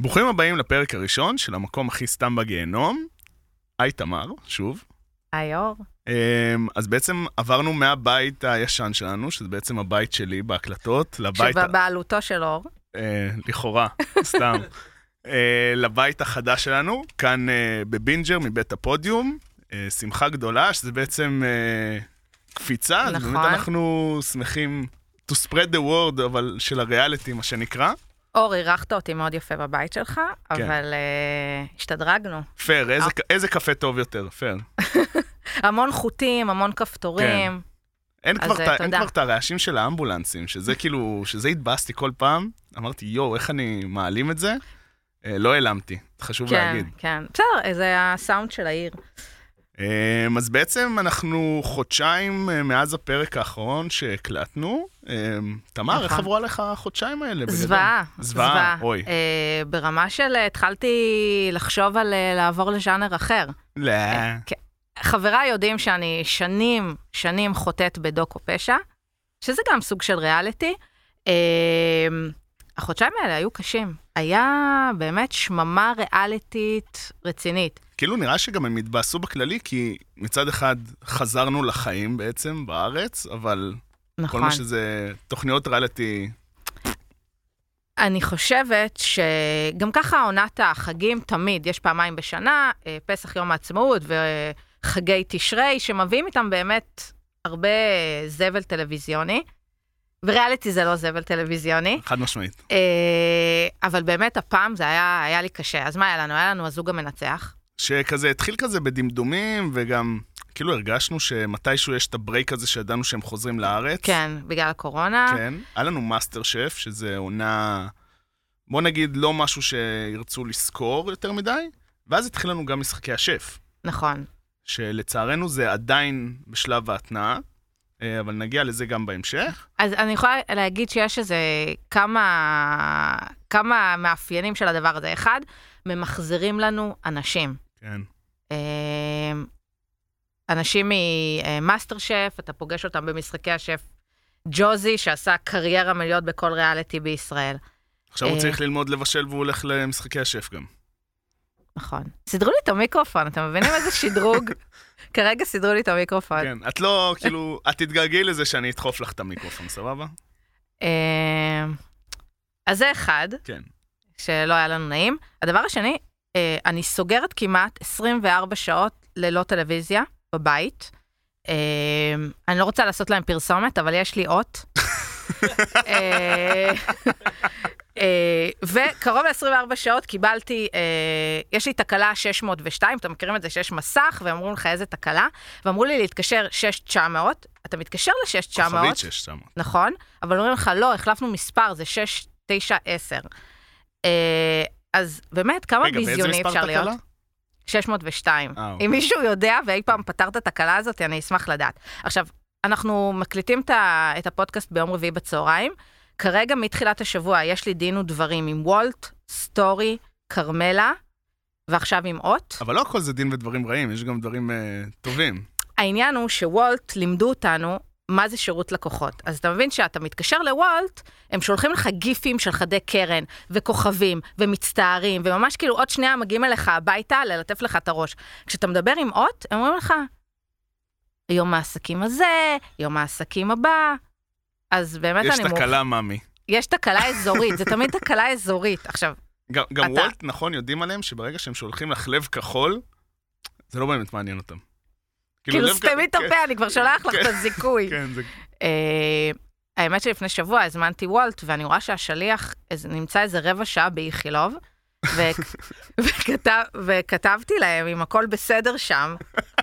ברוכים הבאים לפרק הראשון של המקום הכי סתם בגיהנום. היי תמר, שוב. היי אור. אז בעצם עברנו מהבית הישן שלנו, שזה בעצם הבית שלי בהקלטות, לבית... שבבעלותו של אור. לכאורה, סתם. לבית החדש שלנו, כאן בבינג'ר מבית הפודיום. שמחה גדולה, שזה בעצם קפיצה. נכון. באמת אנחנו שמחים to spread the word, אבל של הריאליטי, מה שנקרא. אור, אירחת אותי מאוד יפה בבית שלך, כן. אבל השתדרגנו. פייר, איזה קפה טוב יותר, פייר. המון חוטים, המון כפתורים. אין כבר את הרעשים של האמבולנסים, שזה כאילו, שזה התבאסתי כל פעם. אמרתי, יו, איך אני מעלים את זה? לא העלמתי, חשוב להגיד. כן, בסדר, זה הסאונד של העיר. אז בעצם אנחנו חודשיים מאז הפרק האחרון שהקלטנו. תמר, איך עברו עליך החודשיים האלה? זוועה, אוי. ברמה של התחלתי לחשוב על לעבור לז'אנר אחר. לא. חבריי יודעים שאני שנים חוטאת בדוקו פשע, שזה גם סוג של ריאליטי. החודשיים האלה היו קשים. היה באמת שממה ריאליטית רצינית. כאילו נראה שגם הם התבאסו בכללי, כי מצד אחד חזרנו לחיים בעצם בארץ, אבל נכון. כל מה שזה תוכניות ריאליטי... אני חושבת שגם ככה עונת החגים תמיד, יש פעמיים בשנה, פסח יום העצמאות וחגי תשרי, שמביאים איתם באמת הרבה זבל טלוויזיוני, וריאליטי זה לא זבל טלוויזיוני. חד משמעית. אבל באמת הפעם זה היה לי קשה. אז מה היה לנו? היה לנו הזוג המנצח. שכזה התחיל כזה בדמדומים, וגם כאילו הרגשנו שמתישהו יש את הברייק הזה שידענו שהם חוזרים לארץ. כן, בגלל הקורונה. כן. היה לנו מאסטר שף, שזה עונה, בוא נגיד, לא משהו שירצו לזכור יותר מדי, ואז התחיל לנו גם משחקי השף. נכון. שלצערנו זה עדיין בשלב ההתנאה, אבל נגיע לזה גם בהמשך. אז אני יכולה להגיד שיש איזה כמה מאפיינים של הדבר הזה. אחד, ממחזרים לנו אנשים. כן. אנשים ממאסטר שף, אתה פוגש אותם במשחקי השף ג'וזי, שעשה קריירה מלהיות בכל ריאליטי בישראל. עכשיו הוא צריך ללמוד לבשל והוא הולך למשחקי השף גם. נכון. סידרו לי את המיקרופון, אתם מבינים איזה שדרוג? כרגע סידרו לי את המיקרופון. כן, את לא, כאילו, את תתגלגי לזה שאני אדחוף לך את המיקרופון, סבבה? אז זה אחד, כן. שלא היה לנו נעים. הדבר השני, אני סוגרת כמעט 24 שעות ללא טלוויזיה בבית. אני לא רוצה לעשות להם פרסומת, אבל יש לי אות. וקרוב ל-24 שעות קיבלתי, יש לי תקלה 602, אתם מכירים את זה שיש מסך, ואמרו לך איזה תקלה, ואמרו לי להתקשר 6900, אתה מתקשר ל-6900, כוכבית 6900. נכון, אבל אומרים לך, לא, החלפנו מספר, זה 6910. אז באמת, כמה ביזיוני אפשר להיות? 602. אם מישהו יודע, ואי פעם פתר את התקלה הזאת, אני אשמח לדעת. עכשיו, אנחנו מקליטים את הפודקאסט ביום רביעי בצהריים, כרגע מתחילת השבוע יש לי דין ודברים עם וולט, סטורי, קרמלה, ועכשיו עם אות. אבל לא הכל זה דין ודברים רעים, יש גם דברים טובים. העניין הוא שוולט לימדו אותנו מה זה שירות לקוחות. אז אתה מבין שאתה מתקשר לוולט, הם שולחים לך גיפים של חדי קרן, וכוכבים, ומצטערים, וממש כאילו עוד שנייה מגיעים אליך הביתה ללטף לך את הראש. כשאתה מדבר עם אות, הם אומרים לך, יום העסקים הזה, יום העסקים הבא, אז באמת יש תקלה, ממי. יש תקלה אזורית, זה תמיד תקלה אזורית. עכשיו, גם וולט, נכון, יודעים עליהם שברגע שהם שולחים לך לב כחול, זה לא באמת מעניין אותם. כאילו סתמי את הפה, אני כבר שולח לך את הזיכוי. האמת שלפני שבוע הזמנתי וולט, ואני רואה שהשליח נמצא איזה רבע שעה באיכילוב, וכתבתי להם אם הכל בסדר שם,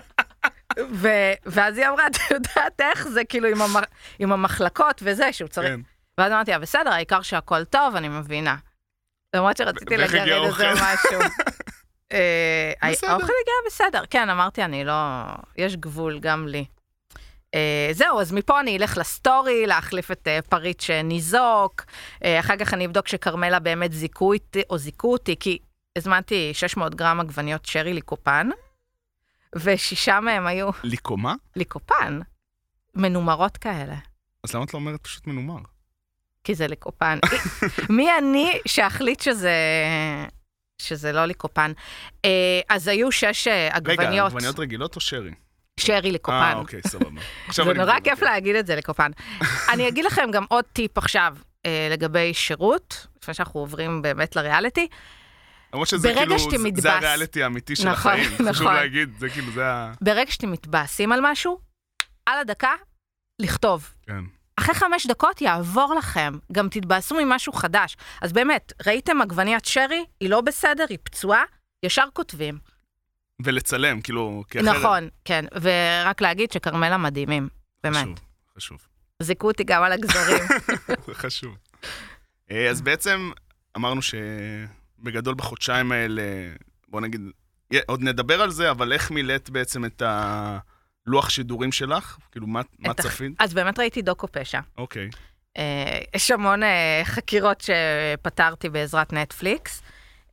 ואז היא אמרה, אתה יודעת איך זה, כאילו עם המחלקות וזה, שהוא צריך. ואז אמרתי, בסדר, העיקר שהכל טוב, אני מבינה. למרות שרציתי לגרד את זה משהו. האוכל הגיע בסדר. כן, אמרתי, אני לא... יש גבול גם לי. זהו, אז מפה אני אלך לסטורי, להחליף את פריט שניזוק, אחר כך אני אבדוק שקרמלה באמת זיקו אותי, כי הזמנתי 600 גרם עגבניות שרי ליקופן, ושישה מהם היו... ליקומה? ליקופן. מנומרות כאלה. אז למה את לא אומרת פשוט מנומר? כי זה ליקופן. מי אני שאחליט שזה לא ליקופן? אז היו 6 עגבניות. רגע, עגבניות רגילות או שרי? שרי ליקופן. אוקיי, סבבה. זה נורא כיף להגיד את זה ליקופן. אני אגיד לכם גם עוד טיפ עכשיו לגבי שירות, לפני שאנחנו עוברים באמת לריאליטי. למרות שזה כאילו, זה הריאליטי האמיתי של החיים. חשוב להגיד, זה כאילו, זה ה... ברגע שאתם מתבאסים על משהו, על הדקה, לכתוב. כן. אחרי 5 דקות יעבור לכם, גם תתבאסו ממשהו חדש. אז באמת, ראיתם עגבניית שרי, היא לא בסדר, היא פצועה, ישר כותבים. ולצלם, כאילו, נכון, כן, ורק להגיד שקרמלה מדהימים, באמת. חשוב. זיקו אותי גם על הגזרים. זה חשוב. אז בעצם אמרנו שבגדול בחודשיים האלה, בוא נגיד, עוד נדבר על זה, אבל איך מילאת בעצם את הלוח שידורים שלך? כאילו, מה צפית? אז באמת ראיתי דוקו פשע. אוקיי. יש המון חקירות שפתרתי בעזרת נטפליקס.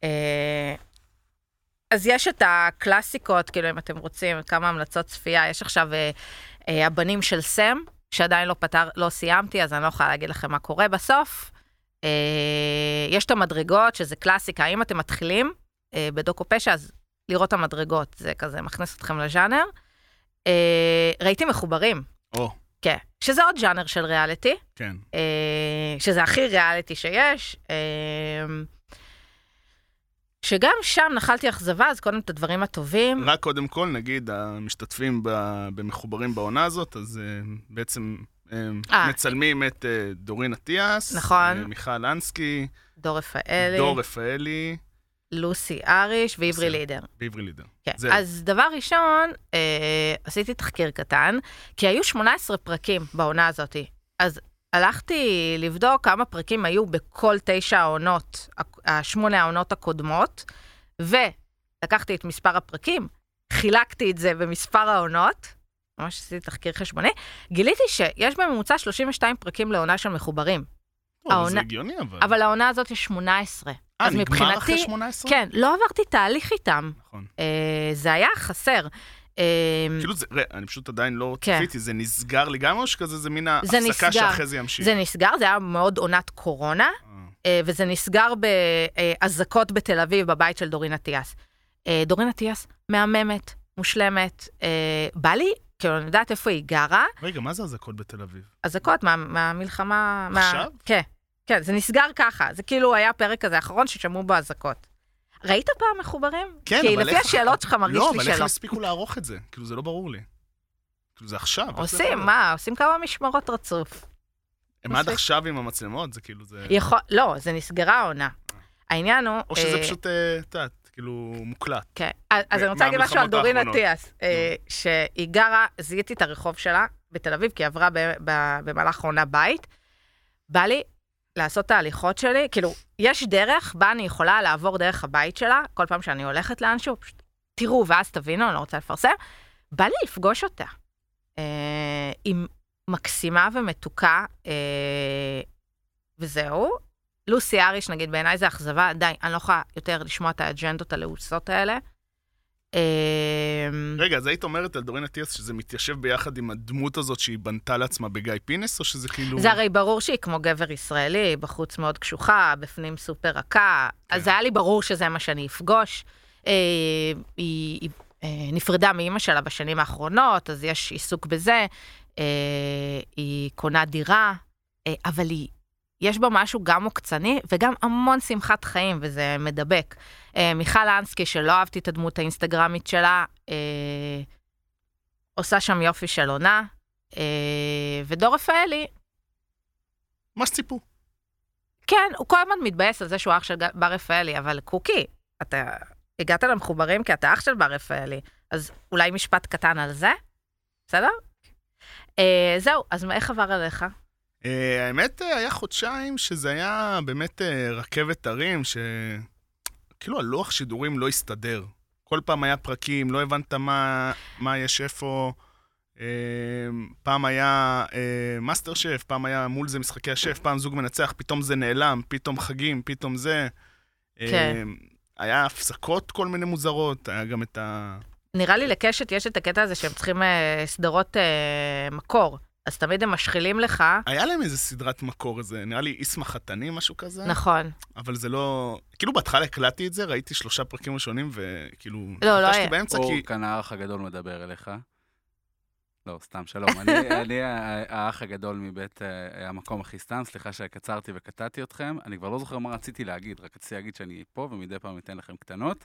אז יש את הקלאסיקות, כאילו, אם אתם רוצים, כמה המלצות צפייה, יש עכשיו הבנים של סם, שעדיין לא סיימתי, אז אני לא יכולה להגיד לכם מה קורה בסוף. יש את המדרגות, שזה קלאסיקה, אם אתם מתחילים בדוקו פשע, אז לראות את המדרגות, זה כזה מכניס אתכם לז'אנר. ראיתי מחוברים. כן, שזה עוד ז'אנר של ריאליטי. כן. שזה הכי ריאליטי שיש. שגם שם נחלתי אכזבה, אז קודם את הדברים הטובים. רק קודם כל, נגיד, המשתתפים במחוברים בעונה הזאת, אז בעצם מצלמים את דורין אטיאס, נכון. מיכל אנסקי, דור רפאלי, לוסי אריש ועברי לידר. ועברי לידר. כן. אז דבר ראשון, עשיתי תחקיר קטן, כי היו 18 פרקים בעונה הזאת. אז הלכתי לבדוק כמה פרקים היו בכל 9 העונות, 8 העונות הקודמות, ולקחתי את מספר הפרקים, חילקתי את זה במספר העונות, ממש עשיתי תחקיר חשבוני, גיליתי שיש בממוצע 32 פרקים לעונה של מחוברים. זה הגיוני אבל. אבל העונה הזאת יש 18. אז נגמר אחרי 18? כן, לא עברתי תהליך איתם. נכון. זה היה חסר. כאילו זה, אני פשוט עדיין לא צפיתי, זה נסגר לגמרי, או שכזה זה מין ההפסקה שאחרי זה ימשיך? זה נסגר, זה היה מאוד עונת קורונה, וזה נסגר בהזקות בתל אביב, בבית של דורין אטיאס. דורין אטיאס מהממת, מושלמת, בא לי, כאילו אני יודעת איפה היא גרה. רגע, מה זה הזקות בתל אביב? הזקות מהמלחמה... עכשיו? כן, זה נסגר ככה, זה כאילו היה פרק כזה האחרון ששמעו בו הזקות. ראית פעם מחוברים? כן, כי לפי השאלות שלך מרגיש לי שלא. לא, אבל איך הספיקו לערוך את זה? כאילו, זה לא ברור לי. כאילו, זה עכשיו. עושים, מה? עושים כמה משמרות רצוף. הם עד עכשיו עם המצלמות, זה כאילו, זה... לא, זה נסגרה העונה. העניין הוא... או שזה פשוט, כאילו, מוקלט. כן, אז אני רוצה להגיד משהו על דורין אטיאס, שהיא גרה, זיהיתי את הרחוב שלה בתל אביב, כי היא עברה במהלך עונה בית. בא לי לעשות את ההליכות שלי, כאילו, יש דרך בה אני יכולה לעבור דרך הבית שלה, כל פעם שאני הולכת לאנשהו, פשוט תראו, ואז תבינו, אני לא רוצה לפרסם, בא לי לפגוש אותה. היא מקסימה ומתוקה, וזהו. לוסי אריש, נגיד, בעיניי זה אכזבה, די, אני לא יכולה יותר לשמוע את האג'נדות הלעוסות האלה. רגע, אז היית אומרת על דורין אטיאס שזה מתיישב ביחד עם הדמות הזאת שהיא בנתה לעצמה בגיא פינס, או שזה כאילו... זה הרי ברור שהיא כמו גבר ישראלי, בחוץ מאוד קשוחה, בפנים סופר רכה, אז זה היה לי ברור שזה מה שאני אפגוש. היא נפרדה מאמא שלה בשנים האחרונות, אז יש עיסוק בזה, היא קונה דירה, אבל יש בה משהו גם מוקצני, וגם המון שמחת חיים, וזה מדבק. מיכל אנסקי, שלא אהבתי את הדמות האינסטגרמית שלה, עושה שם יופי של עונה, ודור רפאלי... מה שציפו? כן, הוא כל הזמן מתבאס על זה שהוא אח של בר רפאלי, אבל קוקי, אתה הגעת למחוברים כי אתה אח של בר רפאלי, אז אולי משפט קטן על זה? בסדר? זהו, אז איך עבר עליך? האמת, היה חודשיים שזה היה באמת רכבת הרים, שכאילו הלוח שידורים לא הסתדר. כל פעם היה פרקים, לא הבנת מה יש איפה. פעם היה מאסטר שף, פעם היה מול זה משחקי השף, פעם זוג מנצח, פתאום זה נעלם, פתאום חגים, פתאום זה. כן. היה הפסקות כל מיני מוזרות, היה גם את ה... נראה לי לקשת יש את הקטע הזה שהם צריכים סדרות מקור. אז תמיד הם משחילים לך. היה להם איזה סדרת מקור, איזה, נראה לי איסמה חתני, משהו כזה. נכון. אבל זה לא... כאילו בהתחלה הקלטתי את זה, ראיתי 3 פרקים ראשונים, וכאילו... לא היה. או כאן האח הגדול מדבר אליך. לא, סתם, שלום. אני האח הגדול מבית המקום הכי סתם, סליחה שקצרתי וקטעתי אתכם. אני כבר לא זוכר מה רציתי להגיד, רק רציתי להגיד שאני פה, ומדי פעם אתן לכם קטנות.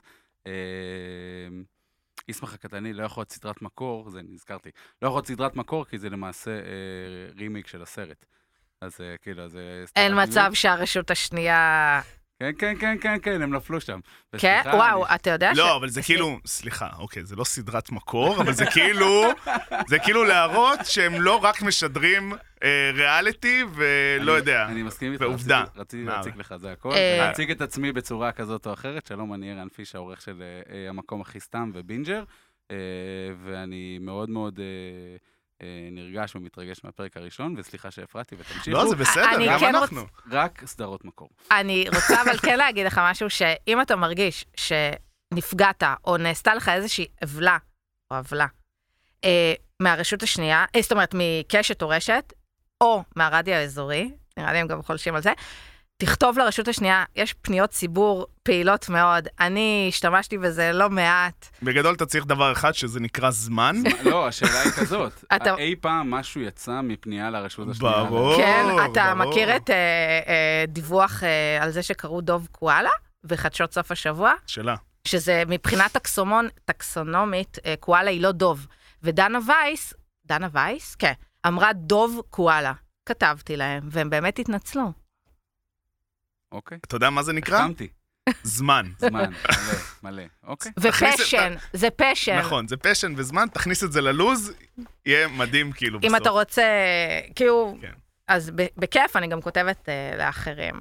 איסמך הקטני לא יכול להיות סדרת מקור, זה נזכרתי, לא יכול להיות סדרת מקור, כי זה למעשה רימיק של הסרט. אז כאילו, זה... אין מצב שהרשות השנייה... כן, הם נפלו שם. כן? וואו, אתה יודע ש... לא, אבל זה כאילו, סליחה, אוקיי, זה לא סדרת מקור, אבל זה כאילו להראות שהם לא רק משדרים ריאליטי, ולא יודע. אני מסכים איתך, רציתי להציג לך, זה הכל. להציג את עצמי בצורה כזאת או אחרת. שלום, אני ערן פיש, העורך של המקום הכי סתם ובינג'ר, ואני מאוד מאוד... נרגש ומתרגש מהפרק הראשון, וסליחה שהפרעתי ותמשיכו. לא, זה בסדר, גם אנחנו. רק סדרות מקור. אני רוצה אבל כן להגיד לך משהו, שאם אתה מרגיש שנפגעת, או נעשתה לך איזושהי עוולה, או עוולה, מהרשות השנייה, זאת אומרת, מקשת או רשת, או מהרדיו האזורי, נראה לי הם גם חולשים על זה, תכתוב לרשות השנייה, יש פניות ציבור פעילות מאוד, אני השתמשתי בזה לא מעט. בגדול אתה צריך דבר אחד שזה נקרא זמן. לא, השאלה היא כזאת, אי פעם משהו יצא מפנייה לרשות השנייה? ברור. כן, אתה מכיר את דיווח על זה שקראו דוב קואלה, וחדשות סוף השבוע? שאלה. שזה מבחינת טקסונומית, קואלה היא לא דוב. ודנה וייס? כן, אמרה דוב קואלה. כתבתי להם, והם באמת התנצלו. אוקיי. אתה יודע מה זה נקרא? חתמתי. זמן. מלא, אוקיי. ופשן, זה פשן. נכון, זה פשן וזמן, תכניס את זה ללוז, יהיה מדהים כאילו בסוף. אם אתה רוצה, כאילו, אז בכיף אני גם כותבת לאחרים.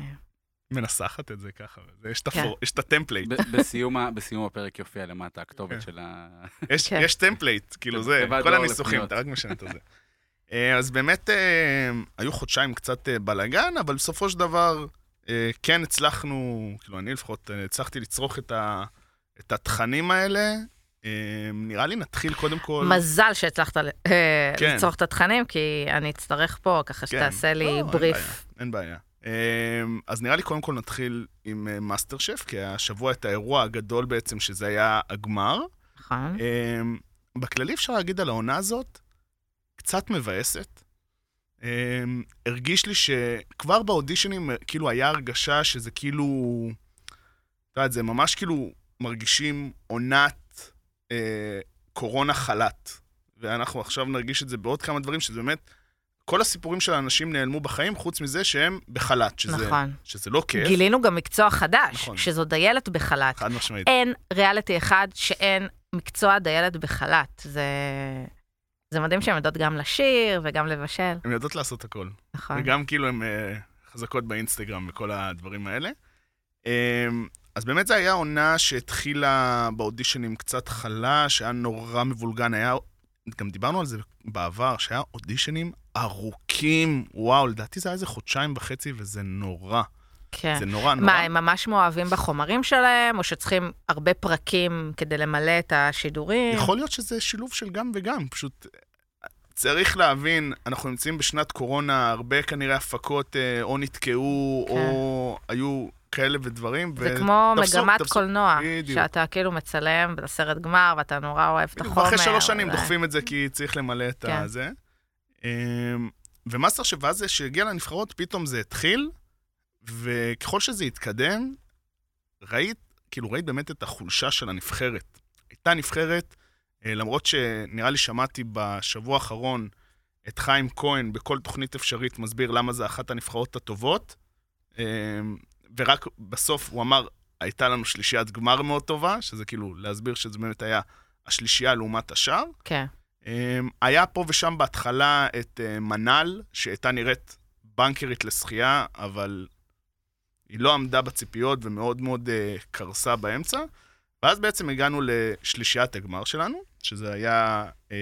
מנסחת את זה ככה, יש את הטמפלייט. בסיום הפרק יופיע למטה הכתובת של ה... יש טמפלייט, כאילו זה, כל הניסוחים, אתה רק משנת את זה. אז באמת היו חודשיים קצת בלגן, אבל בסופו של דבר כן הצלחנו, כאילו אני לפחות הצלחתי לצרוך את התכנים האלה. נראה לי נתחיל קודם כל... מזל שהצלחת לצרוך את התכנים, כי אני אצטרך פה ככה שתעשה לי בריף. אין בעיה. אז נראה לי קודם כל נתחיל עם מאסטר שף, כי השבוע את האירוע הגדול בעצם שזה היה הגמר. נכון. בכללי אפשר להגיד על העונה הזאת, קצת מבאסת. הרגיש לי שכבר באודישנים כאילו היה הרגשה שזה כאילו, אתה יודע, זה ממש כאילו מרגישים עונת קורונה חלט. ואנחנו עכשיו נרגיש את זה בעוד כמה דברים, שזה באמת, כל הסיפורים של האנשים נעלמו בחיים, חוץ מזה שהם בחלט, שזה לא כיף. גילינו גם מקצוע חדש, שזו דיילת בחלט. חד משמעית. אין ריאליטי אחד שאין מקצוע דיילת בחלט. זה מדהים שהן יודעות גם לשיר וגם לבשל. הן יודעות לעשות הכל. נכון. וגם כאילו הן חזקות באינסטגרם וכל הדברים האלה. אז באמת זה היה עונה שהתחילה באודישנים קצת חלש, שהיה נורא מבולגן, גם דיברנו על זה בעבר, שהיה אודישנים ארוכים, וואו, לדעתי זה היה איזה 1.5 חודשים, וזה נורא. כן. זה נורא. מה, הם ממש מאוהבים בחומרים שלהם, או שצריכים הרבה פרקים כדי למלא את השידורים? יכול להיות שזה שילוב של גם וגם, פשוט צריך להבין, אנחנו נמצאים בשנת קורונה, הרבה כנראה הפקות או נתקעו, או היו כאלה ודברים. זה כמו מגמת קולנוע, שאתה כאילו מצלם את הסרט גמר, ואתה נורא אוהב את החומר. ואחרי 3 שנים דוחפים את זה, כי צריך למלא את זה. ומאסטר שף הזה שהגיע לנבחרות, פתאום זה התחיל, וככל שזה התקדם, ראית באמת את החולשה של הנבחרת. הייתה נבחרת, למרות שנראה לי שמעתי בשבוע האחרון את חיים כהן בכל תוכנית אפשרית מסביר למה זה אחת הנבחרות הטובות, ורק בסוף הוא אמר, הייתה לנו שלישיית גמר מאוד טובה, שזה כאילו להסביר שזה באמת היה השלישייה לעומת השאר. כן. היה פה ושם בהתחלה את מנל, שהייתה נראית בנקרית לשחייה, אבל היא לא עמדה בציפיות ומאוד מאוד קרסה באמצע. ואז בעצם הגענו לשלישיית הגמר שלנו, שזה היה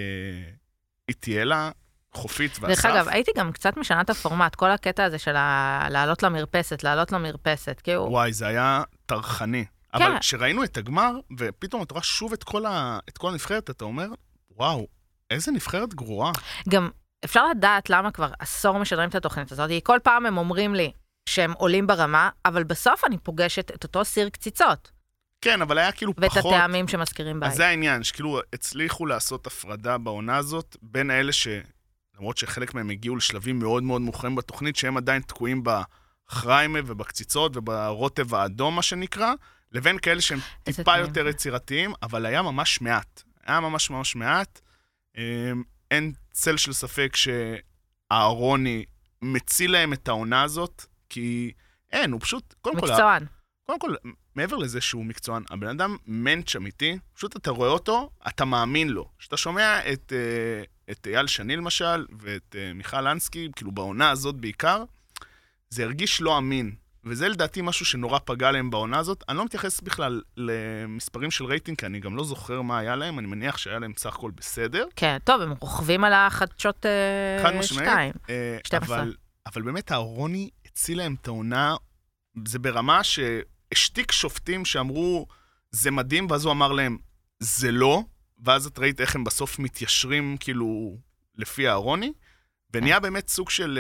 איטיאלה, חופית ואסף. דרך אגב, הייתי גם קצת משנה את הפורמט, כל הקטע הזה של לעלות למרפסת, כאילו... וואי, זה היה טרחני. כן. אבל כשראינו את הגמר, ופתאום אתה רואה שוב את כל הנבחרת, אתה אומר, וואו, איזה נבחרת גרועה. גם אפשר לדעת למה כבר עשור משדרים את התוכנית הזאת, כל פעם הם אומרים לי שהם עולים ברמה, אבל בסוף אני פוגשת את אותו סיר קציצות. כן, אבל היה כאילו ואת פחות... ואת הטעמים שמזכירים בית. אז זה העניין, שכאילו הצליחו לעשות הפרדה בעונה הזאת, בין האלה למרות שחלק מהם הגיעו לשלבים מאוד מאוד מוכרים בתוכנית, שהם עדיין תקועים בחריימה ובקציצות וברוטב האדום, מה שנקרא, לבין כאלה שהם טיפה יותר יצירתיים, אבל היה ממש מעט. היה ממש ממש מעט. אין צל של ספק שהארוני מציל להם את העונה הזאת, כי אין, הוא פשוט... מקצוען. קודם כל, מעבר לזה שהוא מקצוען, הבן אדם מנץ' אמיתי, פשוט אתה רואה אותו, אתה מאמין לו. כשאתה שומע את אייל שני למשל, ואת מיכל אנסקי, כאילו בעונה הזאת בעיקר, זה הרגיש לא אמין. וזה לדעתי משהו שנורא פגע להם בעונה הזאת. אני לא מתייחס בכלל למספרים של רייטינג, כי אני גם לא זוכר מה היה להם, אני מניח שהיה להם סך הכל בסדר. כן, טוב, הם רוכבים על החדשות 2. אבל באמת הארוני הציל להם את העונה, זה ברמה שהשתיק שופטים שאמרו, זה מדהים, ואז הוא אמר להם, זה לא, ואז את ראית איך הם בסוף מתיישרים כאילו לפי הארוני, ונהיה באמת סוג של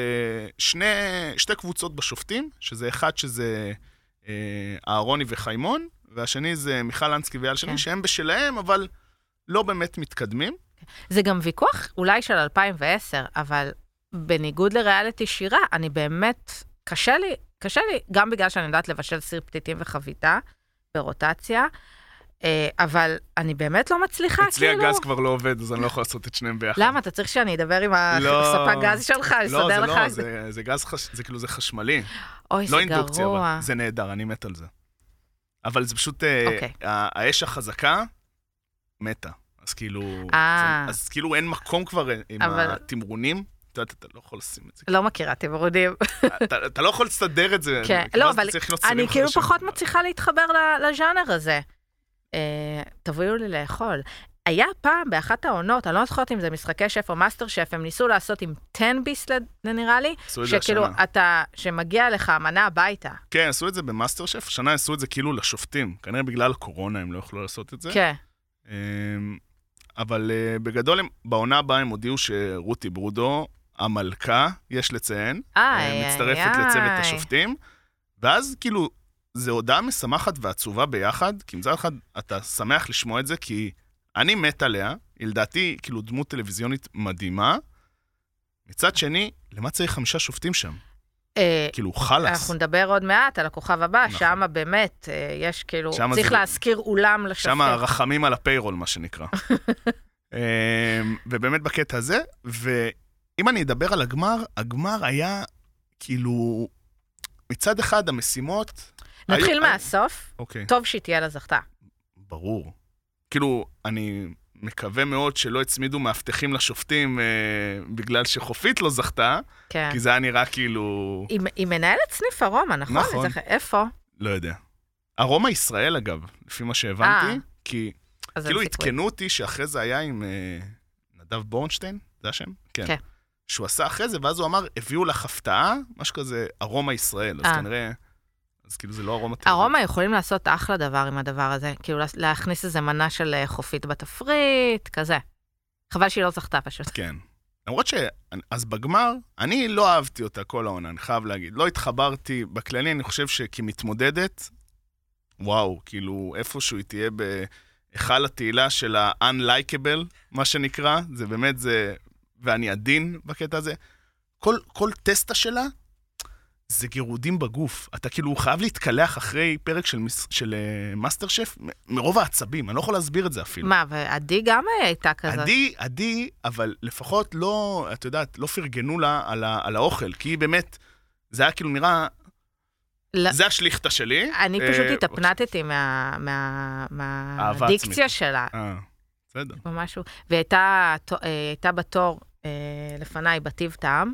שתי קבוצות בשופטים, שזה אחד שזה הארוני וחיימון, והשני זה מיכל אנסקי ואייל שני, שהם בשלהם, אבל לא באמת מתקדמים. זה גם ויכוח אולי של 2010, אבל בניגוד לריאליטי שירה, אני באמת, קשה לי, גם בגלל שאני יודעת לבשל סיר פתיתים וחביתה ברוטציה, אבל אני באמת לא מצליחה, כאילו. אצלי הגז כבר לא עובד, אז אני לא יכול לעשות את שניהם ביחד. למה? אתה צריך שאני אדבר עם הספק גז שלך, לסדר לך? לא, זה גז, זה כאילו, זה חשמלי. אוי, זה גרוע. זה נהדר, אני מת על זה. אבל זה פשוט, האש החזקה מתה. אז כאילו אין מקום כבר עם התמרונים. אתה לא יכול לשים את זה. לא מכירה תמרונים. אתה לא יכול לסדר את זה. כן, לא, אבל אני כאילו פחות מצליחה להתחבר לז'אנר הזה. תביאו לי לאכול. היה פעם באחת העונות, אני לא זוכרת אם זה משחקי שף או מאסטר שף, הם ניסו לעשות עם 10 ביס, נראה לי, שכאילו שמגיע לך מנה הביתה. כן, עשו את זה במאסטר שף, השנה עשו את זה כאילו לשופטים, כנראה בגלל הקורונה הם לא יכלו לעשות את זה. כן. אבל בגדול, בעונה הבאה הם הודיעו שרותי ברודו, המלכה, יש לציין, מצטרפת לצוות השופטים, ואז כאילו, זו הודעה משמחת ועצובה ביחד, כי מצד אחד אתה שמח לשמוע את זה, כי אני מת עליה, לדעתי כאילו דמות טלוויזיונית מדהימה, מצד שני, למה צריך 5 שופטים שם? כאילו חלס. אנחנו נדבר עוד מעט על הכוכב הבא, שם באמת יש כאילו, צריך להזכיר אולם לשופטים. שם רחמים על הפיירול, מה שנקרא. ובאמת בקטע הזה, ואם אני אדבר על הגמר, הגמר היה כאילו, מצד אחד המשימות... נתחיל מהסוף, טוב שהיא תהיה לזכתה. ברור. כאילו, אני מקווה מאוד שלא הצמידו מאבטחים לשופטים בגלל שחופית לא זכתה, כי זה היה נראה כאילו... היא מנהלת סניף ארומה, נכון? נכון. איפה? לא יודע. ארומה ישראל, אגב, לפי מה שהבנתי, כי כאילו התקנו אותי שאחרי זה היה עם נדב בורנשטיין, זה השם? כן. שהוא עשה אחרי זה, ואז הוא אמר, הביאו לך הפתעה, משהו כזה, ארומה ישראל, אז כנראה... אז כאילו זה לא ארומה טבעי. ארומה יכולים לעשות אחלה דבר עם הדבר הזה, כאילו להכניס איזה מנה של חופית בתפריט, כזה. חבל שהיא לא זכתה פשוט. כן. למרות אז בגמר, אני לא אהבתי אותה כל העונה, אני חייב להגיד. לא התחברתי בכללי, אני חושב שכמתמודדת, וואו, כאילו איפשהו היא תהיה בהיכל התהילה של ה-unlikable, מה שנקרא, זה באמת זה, ואני עדין בקטע הזה. כל טסטה שלה, זה גירודים בגוף. אתה כאילו חייב להתקלח אחרי פרק של מאסטר שף, מרוב העצבים. אני לא יכול להסביר את זה אפילו. מה, ועדי גם הייתה כזאת? עדי, אבל לפחות לא, את יודעת, לא פרגנו לה על האוכל, כי היא באמת, זה היה כאילו נראה, זה השליחתה שלי. אני פשוט התאפנתתי מהדיקציה שלה. בסדר. משהו. והייתה בתור לפניי בטיב טעם,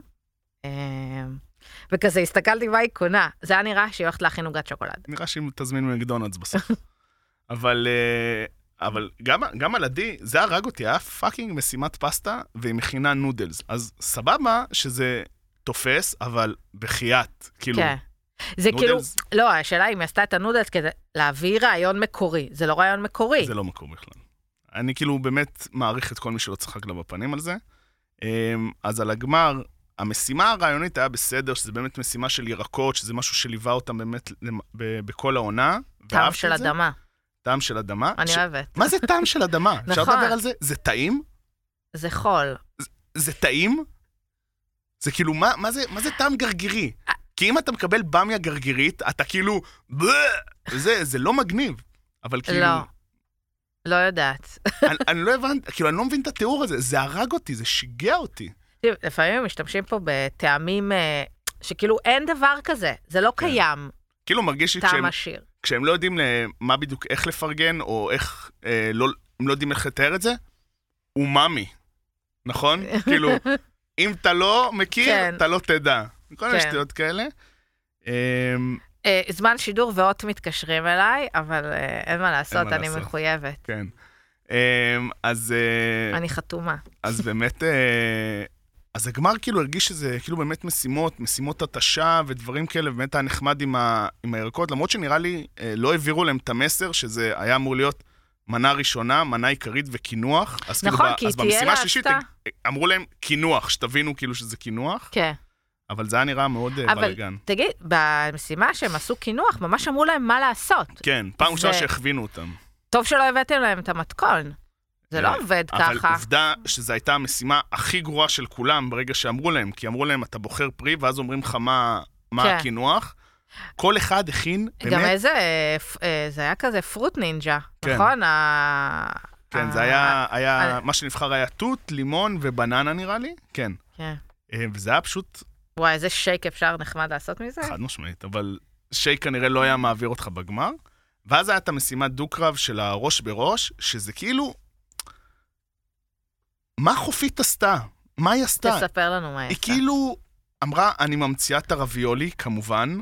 וכזה הסתכלתי מה היא קונה. זה היה נראה שהיא הולכת להכין עוגת שוקולד. נראה שהיא תזמין ממקדונלדס בסוף. אבל גם על עדי, זה הרג אותי, היה פאקינג משימת פסטה, והיא מכינה נודלס. אז סבבה שזה תופס, אבל בחייאת, כאילו... כן. זה כאילו, לא, השאלה היא אם היא עשתה את הנודלס כדי להביא רעיון מקורי. זה לא רעיון מקורי. זה לא מקורי בכלל. אני כאילו באמת מעריך את כל מי שלא צחק לה בפנים על זה. אז על הגמר, המשימה הרעיונית היה בסדר, שזה באמת משימה של ירקות, שזה משהו שליווה אותם באמת בכל העונה. טעם של אדמה. טעם של אדמה. אני אוהבת. מה זה טעם של אדמה? נכון. אפשר לדבר על זה? זה טעים? זה חול. זה טעים? זה כאילו, מה זה טעם גרגירי? כי אם אתה מקבל במיה גרגירית, אתה כאילו, זה לא מגניב. אבל כאילו... לא יודעת. אני לא הבנתי, כאילו, אני לא מבין את התיאור הזה. זה הרג אותי, זה שיגע אותי. לפעמים משתמשים פה בטעמים שכאילו אין דבר כזה. זה לא קיים. כאילו מרגיש לי טעם עשיר. כשהם לא יודעים מה בדיוק, איך לפרגן, או איך, הם לא יודעים איך לתאר את זה, אומאמי. נכון? כאילו, אם אתה לא מכיר, אתה לא תדע. כל מיני שטויות כאלה. זמן שידור ואות מתקשרים אליי, אבל אין מה לעשות, אני מחויבת. כן. אז... אני חתומה. אז באמת... אז הגמר כאילו הרגיש שזה כאילו באמת משימות התשה ודברים כאלה, באמת היה נחמד עם הירקות, למרות שנראה לי לא העבירו להם את המסר, שזה היה אמור להיות מנה ראשונה, מנה עיקרית וכינוח. נכון, כי אז במשימה השלישית אמרו להם כינוח, שתבינו כאילו שזה כינוח. כן. אבל זה היה נראה מאוד בלגן. אבל תגיד, במשימה שהם עשו כינוח, ממש אמרו להם מה לעשות. כן, פעם ראשונה שהכווינו אותם. טוב שלא הבאתם להם את המתכון. זה לא עובד ככה. אבל עובדה שזו הייתה המשימה הכי גרועה של כולם ברגע שאמרו להם, כי אמרו להם, אתה בוחר פרי, ואז אומרים לך מה הכינוח. כל אחד הכין, באמת... גם איזה, זה היה כזה פרוט נינג'ה, נכון? כן, זה היה, מה שנבחר היה תות, לימון ובננה נראה לי, כן. כן. וזה היה פשוט... וואי, איזה שייק אפשר נחמד לעשות מזה? חד משמעית, אבל שייק כנראה לא היה מעביר אותך בגמר. ואז היה את המשימת דו-קרב של הראש בראש, שזה כאילו... מה חופית עשתה? מה היא עשתה? תספר לנו מה היא עשתה. היא כאילו אמרה, אני ממציאה את הרביולי, כמובן,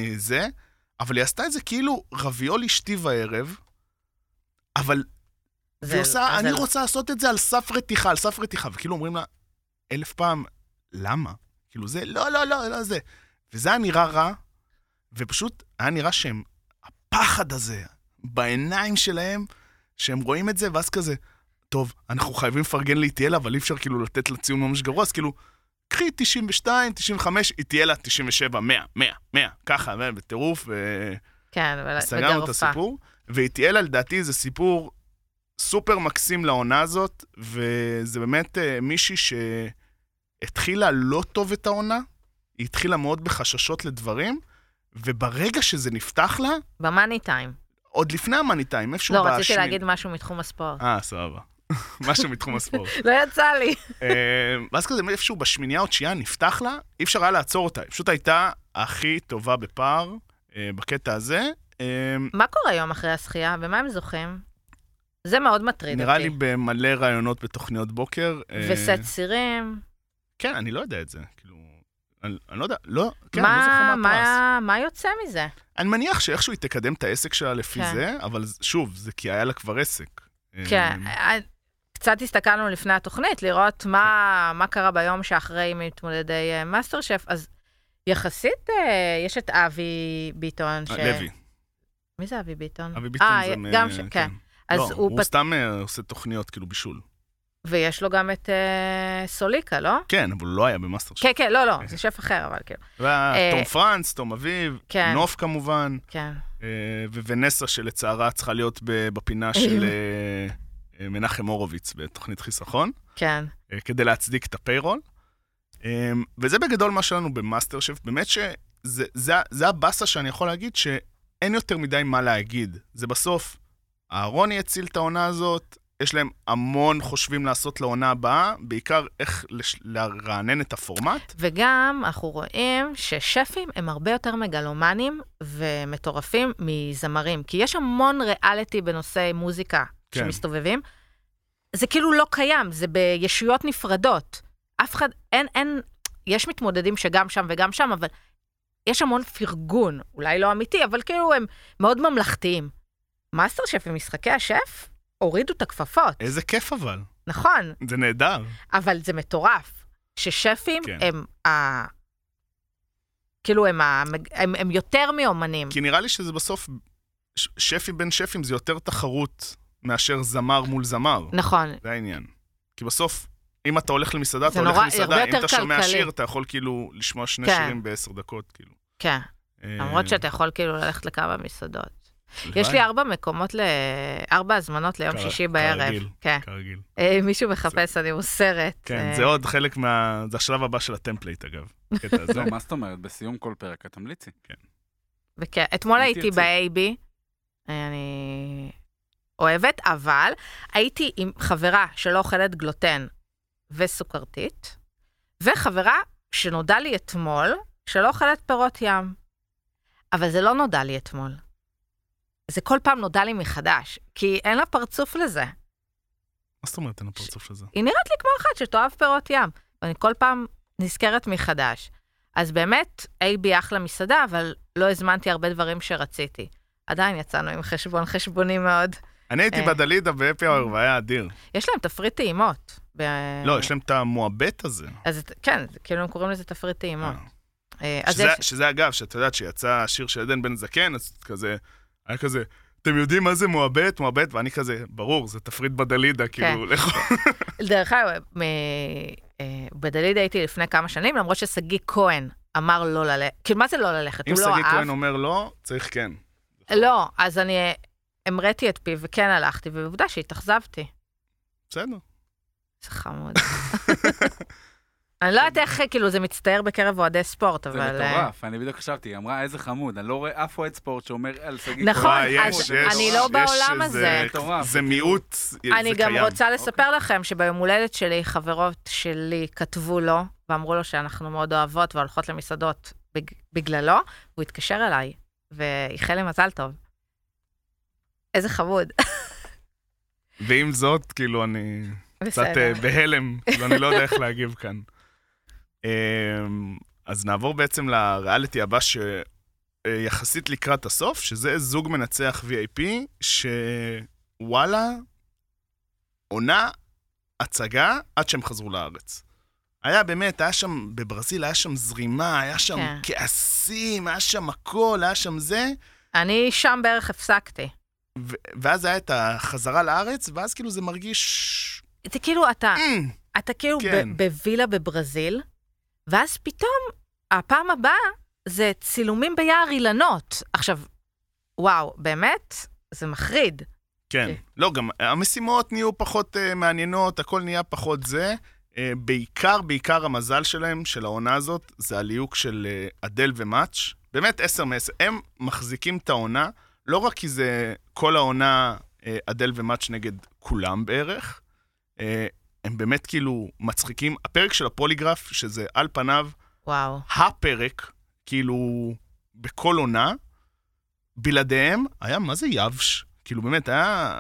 אבל היא עשתה את זה כאילו רביולי שתי וערב, אבל... אני רוצה לעשות את זה על סף רתיחה, וכאילו אומרים לה, 1000 פעם, למה? כאילו זה, לא, זה. וזה היה נראה רע, ופשוט היה נראה שהם, הפחד הזה, בעיניים שלהם, שהם רואים את זה, ואז כזה, טוב, אנחנו חייבים לפרגן לאיטיאלה, אבל אי אפשר כאילו לתת לציון ממש גרוע, אז כאילו, קחי 92, 95, איטיאלה 97, 100, ככה, בטירוף, וסגרנו את הסיפור. ואיטיאלה, לדעתי, זה סיפור סופר מקסים לעונה הזאת, וזה באמת מישהי שהתחילה לא טוב את העונה, היא התחילה מאוד בחששות לדברים, וברגע שזה נפתח לה... במאני טיים. עוד לפני המאני טיים, איפשהו לא, רציתי להגיד משהו מתחום הספורט. סבבה. משהו מתחום הספורט. לא יצא לי. ואז כזה, איפשהו בשמינייה או תשיעה נפתח לה, אי אפשר היה לעצור אותה. היא פשוט הייתה הכי טובה בפער בקטע הזה. מה קורה היום אחרי השחייה? במה הם זוכים? זה מאוד מטריד אותי. נראה לי במלא רעיונות בתוכניות בוקר. וסט סירים. כן, אני לא יודע את זה. כאילו, אני לא יודע, לא, כן, אני לא זוכר מה הפרס. מה יוצא מזה? אני מניח שאיכשהו היא תקדם את העסק שלה לפי זה, אבל שוב, זה כי היה לה כבר עסק. כן, קצת הסתכלנו לפני התוכנית, לראות מה קרה ביום שאחרי מתמודדי מאסטר שף, אז יחסית יש את אבי ביטון. לוי. מי זה אבי ביטון? אבי ביטון זה... גם כן. לא, הוא סתם עושה תוכניות, כאילו בישול. ויש לו גם את סוליקה, לא? כן, אבל הוא לא היה במאסטר שף. כן, כן, לא, זה שף אחר, אבל כאילו. תום פרנס, תום אביב, נוף כמובן. כן. ונסה שלצערה צריכה להיות בפינה של מנחם הורוביץ בתוכנית חיסכון. כן. כדי להצדיק את הפיירול. וזה בגדול מה שלנו במאסטר שף. באמת שזה הבאסה שאני יכול להגיד שאין יותר מדי מה להגיד. זה בסוף, אהרוני יציל את העונה הזאת, יש להם המון חושבים לעשות לעונה הבאה, בעיקר איך לרענן את הפורמט. וגם אנחנו רואים ששפים הם הרבה יותר מגלומנים ומטורפים מזמרים, כי יש המון ריאליטי בנושא מוזיקה שמסתובבים. זה כאילו לא קיים, זה בישויות נפרדות. אף אחד, יש מתמודדים שגם שם וגם שם, אבל יש המון פרגון, אולי לא אמיתי, אבל כאילו הם מאוד ממלכתיים. מאסטר שף ומשחקי השף הורידו את הכפפות. איזה כיף אבל. נכון. זה נהדר. אבל זה מטורף. ששפים הם כאילו הם יותר מאומנים. כי נראה לי שזה בסוף, שפים בין שפים זה יותר תחרות מאשר זמר מול זמר. נכון. זה העניין. כי בסוף, אם אתה הולך למסעדה, אתה הולך למסעדה, אם אתה שומע שיר, אתה יכול כאילו לשמוע שני שירים ב10 דקות, כאילו. כן, למרות שאתה יכול כאילו ללכת לכמה מסעדות. יש לי 4 הזמנות ליום שישי בערב. כרגיל. מישהו מחפש, אני מוסרת. כן, זה עוד חלק זה השלב הבא של הטמפלייט, אגב. מה זאת אומרת? בסיום כל פרק, את תמליצי. כן. אתמול הייתי ב-AB, אני אוהבת, אבל הייתי עם חברה שלא אוכלת גלוטן וסוכרתית, וחברה שנודע לי אתמול שלא אוכלת פירות ים. אבל זה לא נודע לי אתמול. זה כל פעם נודע לי מחדש, כי אין לה פרצוף לזה. מה זאת אומרת אין לה פרצוף לזה? היא נראית לי כמו אחת שתאהב פירות ים, ואני כל פעם נזכרת מחדש. אז באמת, AB אחלה מסעדה, אבל לא הזמנתי הרבה דברים שרציתי. עדיין יצאנו עם חשבוני מאוד. אני הייתי בדלידה בהפי אאואר, והיה אדיר. יש להם תפריט טעימות. לא, יש להם את המועבט הזה. אז כן, כאילו הם קוראים לזה תפריט טעימות. שזה אגב, שאת יודעת שיצא השיר של עדן בן זקן, אז כזה, היה כזה, אתם יודעים מה זה מועבט? מועבט, ואני כזה, ברור, זה תפריט בדלידה, כאילו, לכו. דרך אגב, בדלידה הייתי לפני כמה שנים, למרות שסגי כהן אמר לא ללכת. כאילו, מה זה לא ללכת? אם סגי כהן אומר לא, צריך כן. לא, אז אני אמרתי את פי וכן הלכתי, ובעובדה שהתאכזבתי. בסדר. זה חמוד. אני לא יודעת איך, כאילו, זה מצטער בקרב אוהדי ספורט, אבל... זה מטורף, אני בדיוק חשבתי, היא אמרה, איזה חמוד, אני לא רואה אף אוהד ספורט שאומר על סגי... נכון, אני לא בעולם הזה. זה מיעוט, זה קיים. אני גם רוצה לספר לכם שביום הולדת שלי, חברות שלי כתבו לו, ואמרו לו שאנחנו מאוד אוהבות והולכות למסעדות בגללו, והוא התקשר אליי, ואיחל לי מזל טוב. איזה חמוד. ועם זאת, כאילו, אני קצת בהלם, אני לא יודע איך להגיב כאן. אז נעבור בעצם לריאליטי הבא שיחסית לקראת הסוף, שזה זוג מנצח VIP, שוואלה, עונה הצגה עד שהם חזרו לארץ. היה באמת, היה שם, בברזיל היה שם זרימה, היה שם כעסים, היה שם הכל, היה שם זה. אני שם בערך הפסקתי. ואז היה את החזרה לארץ, ואז כאילו זה מרגיש... זה כאילו אתה כאילו בווילה בברזיל, ואז פתאום, הפעם הבאה, זה צילומים ביער אילנות. עכשיו, וואו, באמת, זה מחריד. כן. לא, גם המשימות נהיו פחות מעניינות, הכל נהיה פחות זה. בעיקר המזל שלהם, של העונה הזאת, זה הליהוק של אדל ומאץ'. באמת 10 מ-10. הם מחזיקים את העונה, לא רק כי זה כל העונה אדל ומאץ' נגד כולם בערך, הם באמת כאילו מצחיקים. הפרק של הפוליגרף, שזה על פניו, וואו. הפרק, כאילו, בכל עונה, בלעדיהם, היה מה זה יבש? כאילו באמת היה...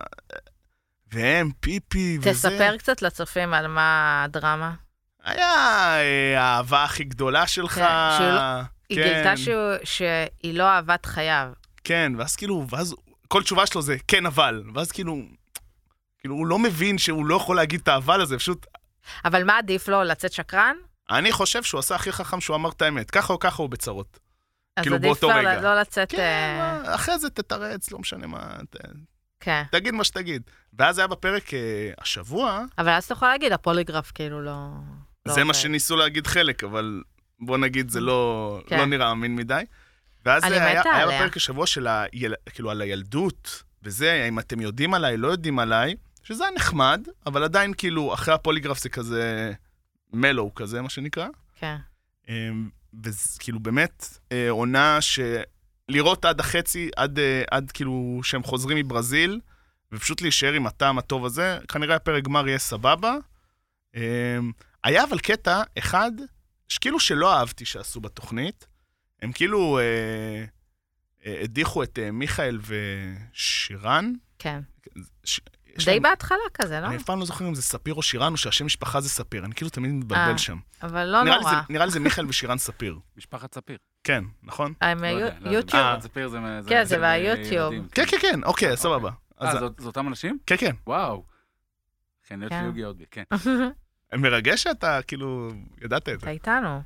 והם פיפי וזה... תספר קצת לצופים על מה הדרמה. היה האהבה הכי גדולה שלך. היא גילתה שהיא לא אהבת חייו. כן, ואז כאילו, כל תשובה שלו זה כן אבל, ואז כאילו הוא לא מבין שהוא לא יכול להגיד את האבל הזה, פשוט... אבל מה עדיף לו, לצאת שקרן? אני חושב שהוא עשה הכי חכם שהוא אמר את האמת, ככה או ככה הוא בצרות. אז כאילו עדיף לו לא לצאת... כן, אחרי זה תתרץ, לא משנה מה... כן. תגיד מה שתגיד. ואז היה בפרק השבוע... אבל אז אתה יכול להגיד, הפוליגרף כאילו לא... זה מה שניסו להגיד חלק, אבל בוא נגיד זה לא נראה אמין מדי. ואז היה בפרק השבוע של כאילו על הילדות, וזה, אם אתם יודעים עליי, לא יודעים עליי, שזה היה נחמד, אבל עדיין כאילו אחרי הפוליגרף זה כזה מלו כזה, מה שנקרא. כן. וכאילו באמת עונה לראות עד החצי, עד כאילו שהם חוזרים מברזיל, ופשוט להישאר עם הטעם הטוב הזה, כנראה הפרק גמר יהיה סבבה. היה אבל קטע אחד, שכאילו שלא אהבתי שעשו בתוכנית, הם כאילו הדיחו את מיכאל ושירן. כן. די בהתחלה כזה, לא? אני אף פעם לא זוכר אם זה ספיר או שירן, או שהשם משפחה זה ספיר. אני כאילו תמיד מתבלבל שם. אבל לא נורא. נראה לי זה מיכאל ושירן ספיר. משפחת ספיר. כן, נכון? יוטיוב. כן, זה מהיוטיוב. כן, אוקיי, סבבה. זה אותם אנשים? כן, כן. וואו. כן, להיות שיוגי עוד בי, כן. מרגש שאתה כאילו ידעת את זה. אתה איתנו.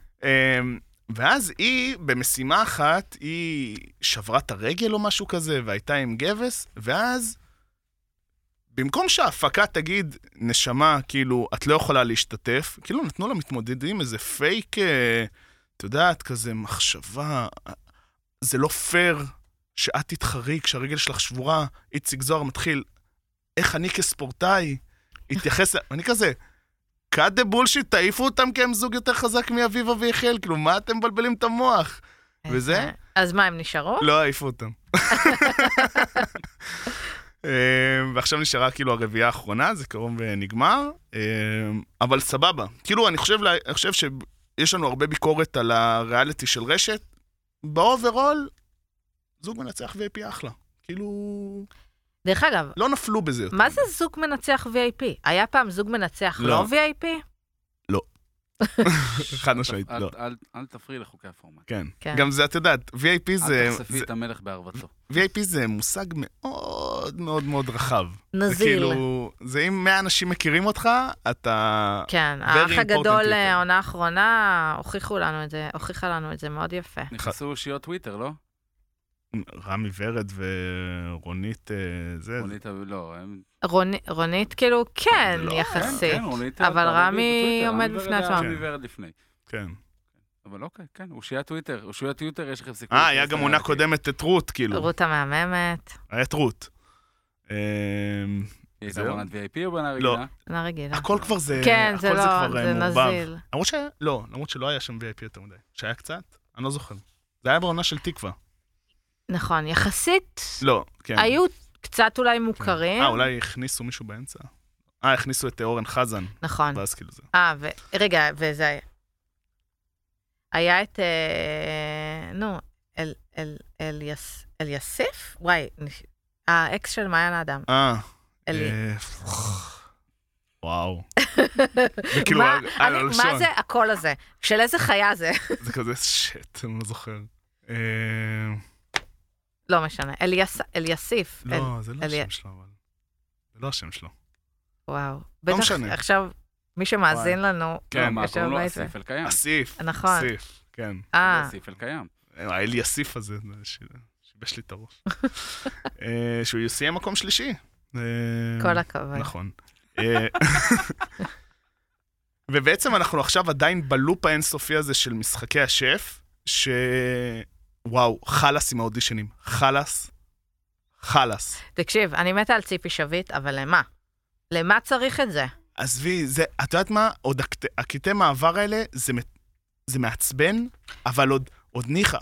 ואז היא, במשימה אחת, היא שברה את הרגל או משהו כזה, והייתה עם גבס, ואז במקום שההפקה תגיד, נשמה, כאילו, את לא יכולה להשתתף, כאילו נתנו למתמודדים איזה פייק, אתה יודעת, כזה מחשבה, זה לא פייר שאת תתחרי כשהרגל שלך שבורה, איציק זוהר מתחיל, איך אני כספורטאי התייחס, אני כזה, cut the bullshit, תעיפו אותם כי הם זוג יותר חזק מאביבה ויחל, כאילו, מה אתם מבלבלים את המוח? וזה? אז מה, הם נשארו? לא, העיפו אותם. ועכשיו נשארה כאילו הרביעה האחרונה, זה קרוב ונגמר, אבל סבבה. כאילו, אני חושב שיש לנו הרבה ביקורת על הריאליטי של רשת, באוברול, זוג מנצח VIP אחלה. כאילו... דרך אגב, לא נפלו בזה. מה זה זוג מנצח VIP? היה פעם זוג מנצח לא VIP? לא. חד משמעית, לא. אל תפריעי לחוקי הפורמט. כן. גם זה, את יודעת, VIP זה... אל תחשפי את המלך בערבתו. VIP זה מושג מאוד מאוד מאוד רחב. נזיל. זה כאילו, זה אם 100 אנשים מכירים אותך, אתה... כן, האח הגדול, העונה האחרונה, הוכיחה לנו את זה מאוד יפה. נכנסו אושיות טוויטר, לא? רמי ורד ורונית, זה... רונית, לא, הם... רונית, כאילו, כן, יחסית. אבל רמי עומד בפני עצמם. רמי ורד לפני. כן. אבל אוקיי, כן, אושיית טוויטר, יש לכם סיכוי. היה גם עונה קודמת את רות, כאילו. רות המהממת. היה את רות. היא הייתה בעונת VIP או בעונה רגילה? לא. בעונה רגילה. הכל כבר זה... כן, זה לא, זה נזיל. למרות שלא היה שם VIP יותר מדי. שהיה קצת? אני לא זוכר. זה היה בעונה של תקווה. נכון, יחסית... לא, כן. היו קצת אולי מוכרים. אולי הכניסו מישהו באמצע. הכניסו את אורן חזן. נכון. ואז כאילו זה. רגע, וזה... היה את... אליסיף? וואי, האקס של מעיין האדם. וואו. מה זה הקול הזה? של איזה חיה זה? זה כזה שט, אני לא זוכר. לא משנה, אליסיף. לא, זה לא השם שלו, אבל... זה לא השם שלו. וואו. לא משנה. עכשיו, מי שמאזין לנו... כן, מה קוראים לו? אסיף אלקיים. אסיף. נכון. אסיף, כן. אסיף אלקיים. האליסיף הזה, שיבש לי את הראש. שהוא יסיים מקום שלישי. כל הכבוד. נכון. ובעצם אנחנו עכשיו עדיין בלופ האינסופי הזה של משחקי השף, וואו, חלס עם האודישנים. חלס. תקשיב, אני מתה על ציפי שביט, אבל למה? למה צריך את זה? עזבי, את יודעת מה? עוד הקטעי מעבר האלה, זה מעצבן, אבל עוד ניחה.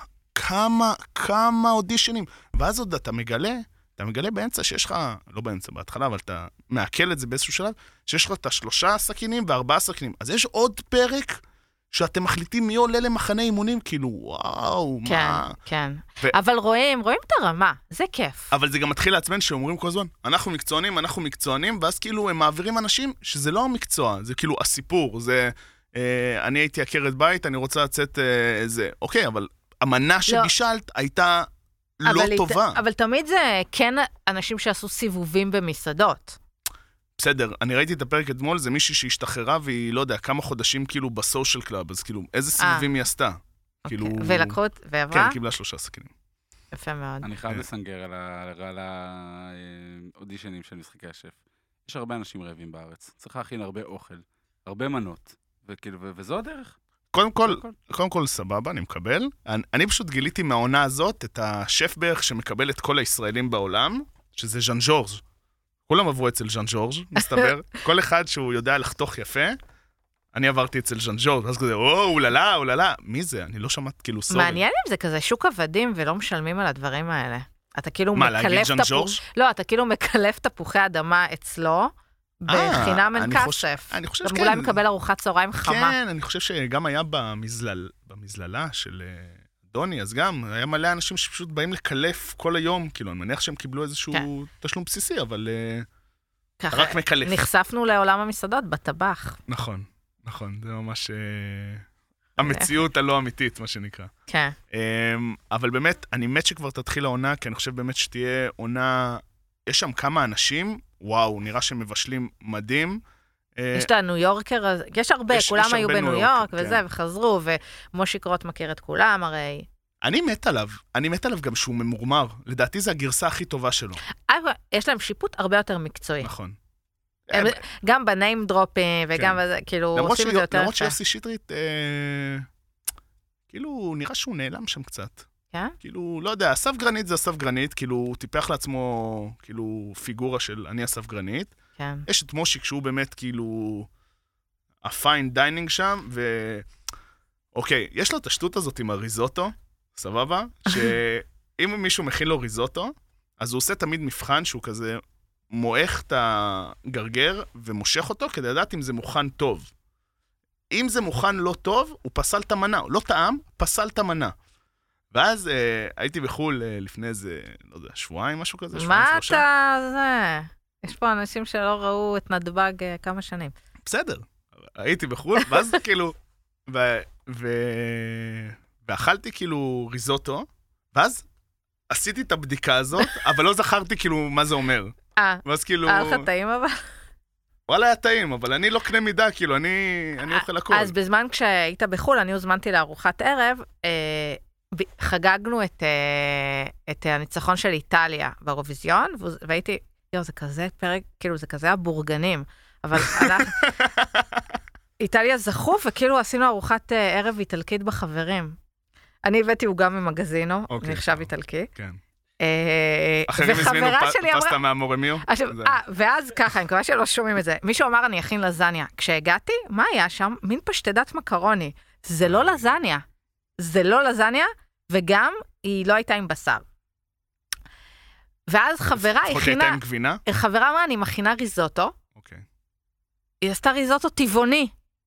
כמה אודישנים. ואז עוד אתה מגלה באמצע שיש לך, לא באמצע, בהתחלה, אבל אתה מעכל את זה באיזשהו שלב, שיש לך את 3 סכינים ו4 סכינים. אז יש עוד פרק שאתם מחליטים מי עולה למחנה אימונים, כאילו, וואו, מה? כן. אבל רואים את הרמה, זה כיף. אבל זה גם מתחיל לעצבן שאומרים כל הזמן, אנחנו מקצוענים, ואז כאילו הם מעבירים אנשים שזה לא המקצוע, זה כאילו הסיפור, זה, אני הייתי עקרת בית, אני רוצה לצאת זה, אוקיי, אבל המנה שגישלת הייתה לא טובה. אבל תמיד זה כן אנשים שעשו סיבובים במסעדות. בסדר, אני ראיתי את הפרק אתמול, זה מישהי שהשתחררה והיא, לא יודע, כמה חודשים כאילו בסושיאל קלאב, אז כאילו, איזה סיבובים היא עשתה? כאילו... ולקחו את... ועברה? כן, קיבלה 3 סכינים. יפה מאוד. אני חייב לסנגר על האודישנים של משחקי השף. יש הרבה אנשים רעבים בארץ. צריך להכין הרבה אוכל, הרבה מנות, וזו הדרך. קודם כל, סבבה, אני מקבל. אני פשוט גיליתי מהעונה הזאת את השף בערך שמקבל את כל הישראלים בעולם, שזה ז'אן ז'ורג'. כולם עברו אצל ז'אן ז'ורג', מסתבר. כל אחד שהוא יודע לחתוך יפה, אני עברתי אצל ז'אן ז'ורג', אז כזה, אוללה. מי זה? אני לא שמעת, כאילו, סורי. מעניין אם זה כזה שוק עבדים ולא משלמים על הדברים האלה. אתה כאילו מה, להגיד ז'אן ז'ורג'? לא, אתה כאילו מקלף תפוחי אדמה אצלו, בחינם אין כסף. אני חושב שכן. אולי מקבל ארוחת צהריים חמה. כן, אני חושב שגם היה במזללה של דוני, אז גם היה מלא אנשים שפשוט באים לקלף כל היום, כאילו, אני מניח שהם קיבלו איזשהו תשלום בסיסי, אבל רק מקלף. נחשפנו לעולם המסעדות, בטבח. נכון, זה ממש המציאות הלא אמיתית, מה שנקרא. כן. אבל באמת, אני מת שכבר תתחיל העונה, כי אני חושב באמת שתהיה עונה, יש שם כמה אנשים, וואו, נראה שהם מבשלים מדהים. יש את הניו יורקר, יש הרבה, כולם היו בניו יורק וזה, וחזרו, ומושיק רוט מכיר את כולם, הרי. אני מת עליו גם שהוא ממורמר. לדעתי זה הגרסה הכי טובה שלו. יש להם שיפוט הרבה יותר מקצועי. נכון. גם בניים דרופים, וגם כאילו עושים את זה יותר... למרות שיוסי שטרית, כאילו נראה שהוא נעלם שם קצת. כן? כאילו, לא יודע, אסף גרנית זה אסף גרנית, כאילו הוא טיפח לעצמו, כאילו, פיגורה של אני אסף גרנית. כן. יש את מושיק שהוא באמת כאילו הפיין דיינינג שם, אוקיי, יש לו את השטות הזאת עם הריזוטו, סבבה? שאם מישהו מכין לו ריזוטו, אז הוא עושה תמיד מבחן שהוא כזה מועך את הגרגר ומושך אותו כדי לדעת אם זה מוכן טוב. אם זה מוכן לא טוב, הוא פסל את המנה. לא טעם, פסל את המנה. ואז הייתי בחול לפני איזה, לא יודע, שבועיים, משהו כזה, שבועיים, שלושה. מה אתה זה? יש פה אנשים שלא ראו את נדב"ג כמה שנים. בסדר. הייתי בחול, ואז כאילו, ואכלתי כאילו ריזוטו, ואז עשיתי את הבדיקה הזאת, אבל לא זכרתי כאילו מה זה אומר. ואז כאילו... היה לך טעים אבל? וואלה היה טעים, אבל אני לא קנה מידה, כאילו, אני אוכל הכל. אז בזמן כשהיית בחול, אני הוזמנתי לארוחת ערב, חגגנו את הניצחון של איטליה באירוויזיון, והייתי, זה כזה פרק, כאילו זה כזה הבורגנים, אבל איטליה זכו, וכאילו עשינו ארוחת ערב איטלקית בחברים. אני הבאתי עוגה ממגזינו, נחשב איטלקי. כן. אחרים הזמינו פסטה מהמורמיו. ואז ככה, אני מקווה שלא שומעים את זה. מישהו אמר, אני אכין לזניה. כשהגעתי, מה היה שם? מין פשטדת מקרוני. זה לא לזניה. זה לא לזניה, וגם היא לא הייתה עם בשר. ואז חברה הכינה... לפחות הייתה עם גבינה? חברה אמרה, אני מכינה ריזוטו. אוקיי. היא עשתה ריזוטו טבעוני.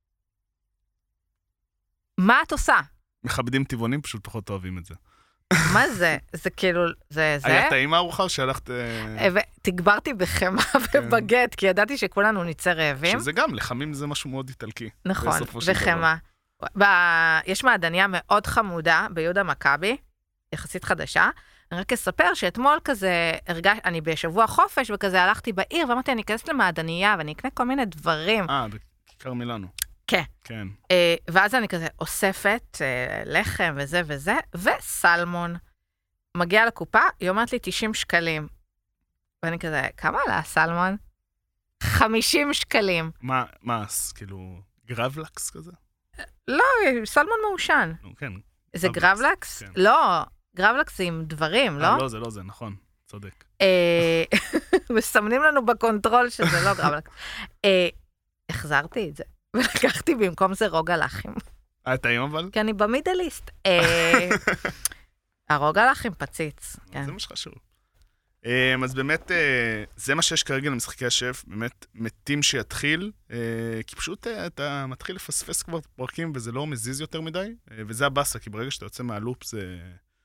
מה את עושה? מכבדים טבעונים, פשוט פחות אוהבים את זה. מה זה? זה כאילו, זה... היה טעים הארוחה או שהלכת... תגברתי בחמה ובגט, כי ידעתי שכולנו נצא רעבים. שזה גם, לחמים זה משהו מאוד איטלקי. נכון, בחמה. יש מעדניה מאוד חמודה ביהודה מכבי, יחסית חדשה. אני רק אספר שאתמול כזה, אני בשבוע חופש, וכזה הלכתי בעיר, ואמרתי, אני אכנס למעדניה, ואני אקנה כל מיני דברים. בכיכר מילאנו. כן. כן. ואז אני כזה אוספת לחם וזה וזה, וסלמון. מגיע לקופה, היא אומרת לי 90 שקלים. ואני כזה, כמה עלה הסלמון? 50 שקלים. מה, כאילו, גרבלקס כזה? לא, סלמון מעושן. כן. זה גרבלקס? לא, גרבלקס זה עם דברים, לא? לא, זה לא זה, נכון, צודק. מסמנים לנו בקונטרול שזה לא גרבלקס. החזרתי את זה. ולקחתי במקום זה רוגלחים. טעים אבל? כי אני במידליסט. הרוגלחים פציץ. זה מה שחשוב. אז באמת, זה מה שיש כרגע למשחקי השף, באמת מתים שיתחיל, כי פשוט אתה מתחיל לפספס כבר פרקים, וזה לא מזיז יותר מדי, וזה הבאסה, כי ברגע שאתה יוצא מהלופ זה